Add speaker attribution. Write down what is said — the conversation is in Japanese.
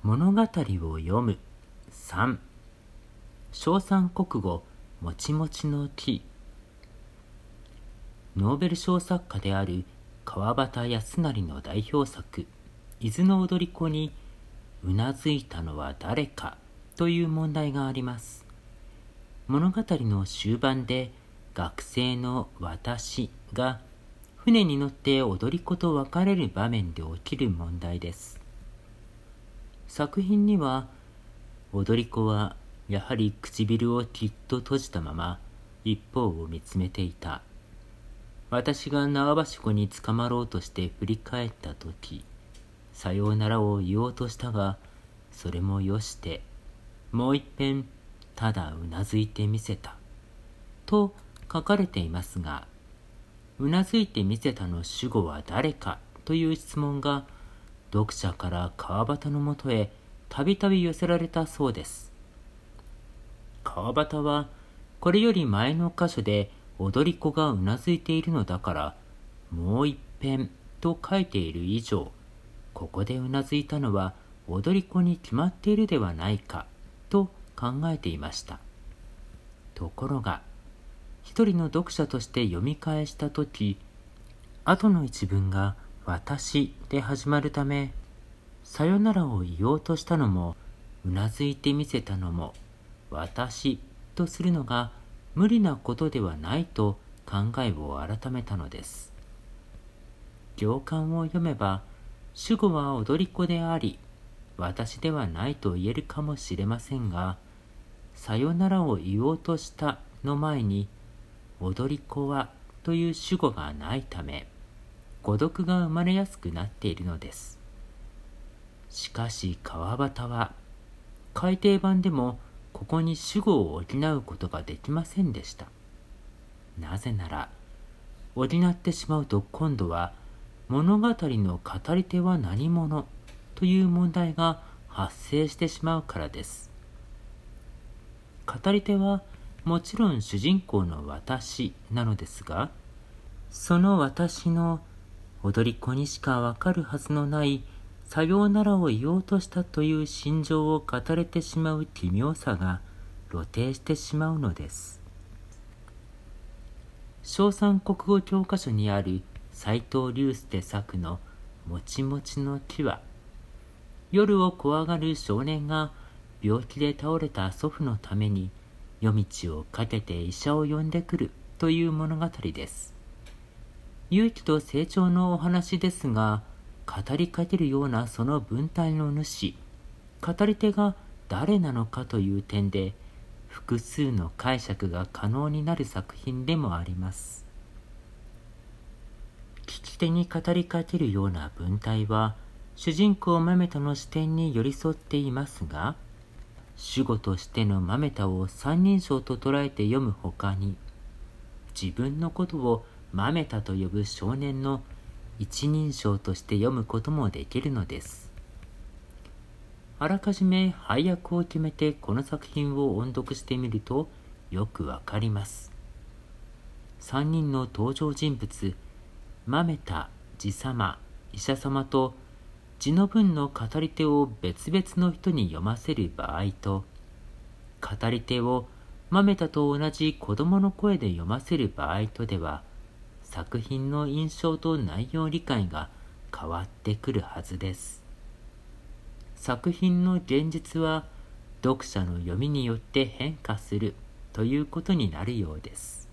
Speaker 1: 物語を読む。3、小三国語もちもちの木。ノーベル賞作家である川端康成の代表作「伊豆の踊子」にうなずいたのは誰かという問題があります。物語の終盤で学生の私が船に乗って踊り子と別れる場面で起きる問題です。作品には踊り子はやはり唇をきっと閉じたまま一方を見つめていた。私が縄ばしごにつかまろうとして振り返ったとき、さようならを言おうとしたが、それもよして、もう一遍ただうなずいてみせた。と書かれていますが、うなずいてみせたの主語は誰かという質問が、読者から川端のもとへたびたび寄せられたそうです。川端はこれより前の箇所で踊り子がうなずいているのだからもう一遍と書いている以上、ここでうなずいたのは踊り子に決まっているではないかと考えていました。ところが一人の読者として読み返したとき、後の一文が私で始まるため、さよならを言おうとしたのもうなずいてみせたのも私とするのが無理なことではないと考えを改めたのです。行間を読めば主語は踊り子であり私ではないと言えるかもしれませんが、さよならを言おうとしたの前に踊り子はという主語がないため誤読が生まれやすくなっているのです。しかし川端は改訂版でもここに主語を補うことができませんでした。なぜなら補ってしまうと今度は物語の語り手は何者という問題が発生してしまうからです。語り手はもちろん主人公の私なのですが、その私の踊り子にしかわかるはずのないさようならを言おうとしたという心情を語れてしまう奇妙さが露呈してしまうのです。小三国語教科書にある斎藤隆介作のもちもちの木は、夜を怖がる少年が病気で倒れた祖父のために夜道をかけて医者を呼んでくるという物語です。勇気と成長のお話ですが、語りかけるようなその文体の主、語り手が誰なのかという点で複数の解釈が可能になる作品でもあります。聞き手に語りかけるような文体は主人公豆田の視点に寄り添っていますが、主語としての豆田を三人称と捉えて読むほかに、自分のことを豆田と呼ぶ少年の一人称として読むこともできるのです。あらかじめ配役を決めてこの作品を音読してみるとよくわかります。3人の登場人物、豆田、地様、医者様と字の文の語り手を別々の人に読ませる場合と、語り手を豆田と同じ子供の声で読ませる場合とでは、作品の印象と内容理解が変わってくるはずです。作品の現実は読者の読みによって変化するということになるようです。